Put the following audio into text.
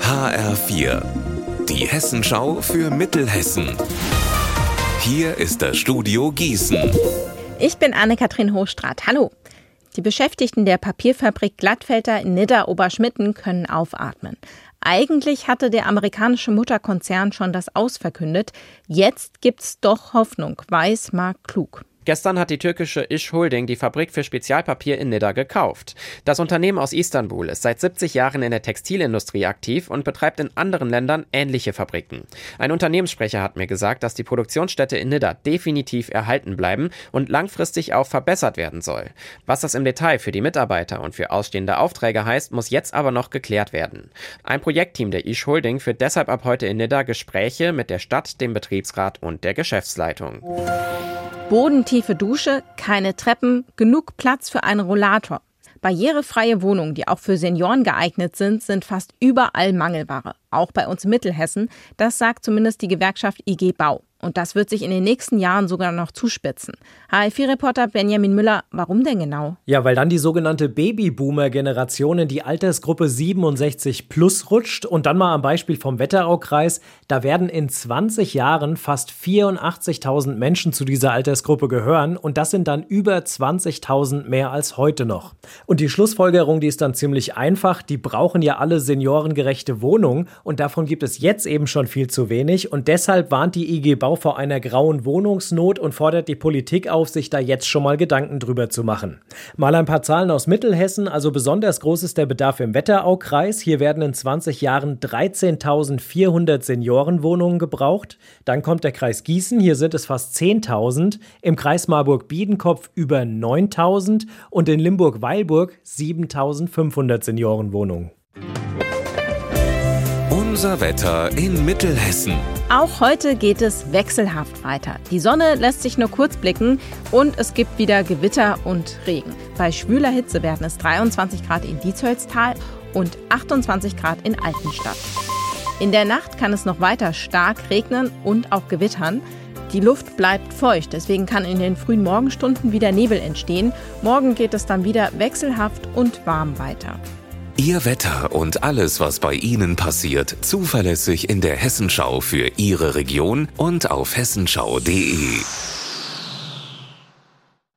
HR4, die Hessenschau für Mittelhessen. Hier ist das Studio Gießen. Ich bin Anne-Kathrin Hochstraat. Hallo. Die Beschäftigten der Papierfabrik Glattfelter in Nidda-Oberschmitten können aufatmen. Eigentlich hatte der amerikanische Mutterkonzern schon das Aus verkündet. Jetzt gibt's doch Hoffnung, weiß Marc Klug. Gestern hat die türkische İş Holding die Fabrik für Spezialpapier in Nidda gekauft. Das Unternehmen aus Istanbul ist seit 70 Jahren in der Textilindustrie aktiv und betreibt in anderen Ländern ähnliche Fabriken. Ein Unternehmenssprecher hat mir gesagt, dass die Produktionsstätte in Nidda definitiv erhalten bleiben und langfristig auch verbessert werden soll. Was das im Detail für die Mitarbeiter und für ausstehende Aufträge heißt, muss jetzt aber noch geklärt werden. Ein Projektteam der İş Holding führt deshalb ab heute in Nidda Gespräche mit der Stadt, dem Betriebsrat und der Geschäftsleitung. Bodentiefe Dusche, keine Treppen, genug Platz für einen Rollator. Barrierefreie Wohnungen, die auch für Senioren geeignet sind fast überall Mangelware. Auch bei uns in Mittelhessen. Das sagt zumindest die Gewerkschaft IG Bau. Und das wird sich in den nächsten Jahren sogar noch zuspitzen. HR4-Reporter Benjamin Müller, warum denn genau? Ja, weil dann die sogenannte Babyboomer-Generation in die Altersgruppe 67 plus rutscht. Und dann mal am Beispiel vom Wetteraukreis. Da werden in 20 Jahren fast 84.000 Menschen zu dieser Altersgruppe gehören. Und das sind dann über 20.000 mehr als heute noch. Und die Schlussfolgerung, die ist dann ziemlich einfach. Die brauchen ja alle seniorengerechte Wohnungen. Und davon gibt es jetzt eben schon viel zu wenig. Und deshalb warnt die IG Bau vor einer grauen Wohnungsnot und fordert die Politik auf, sich da jetzt schon mal Gedanken drüber zu machen. Mal ein paar Zahlen aus Mittelhessen. Also besonders groß ist der Bedarf im Wetteraukreis. Hier werden in 20 Jahren 13.400 Seniorenwohnungen gebraucht. Dann kommt der Kreis Gießen. Hier sind es fast 10.000. Im Kreis Marburg-Biedenkopf über 9.000 und in Limburg-Weilburg 7.500 Seniorenwohnungen. Unser Wetter in Mittelhessen. Auch heute geht es wechselhaft weiter. Die Sonne lässt sich nur kurz blicken und es gibt wieder Gewitter und Regen. Bei schwüler Hitze werden es 23 Grad in Dietzollstal und 28 Grad in Altenstadt. In der Nacht kann es noch weiter stark regnen und auch gewittern. Die Luft bleibt feucht, deswegen kann in den frühen Morgenstunden wieder Nebel entstehen. Morgen geht es dann wieder wechselhaft und warm weiter. Ihr Wetter und alles, was bei Ihnen passiert, zuverlässig in der Hessenschau für Ihre Region und auf hessenschau.de.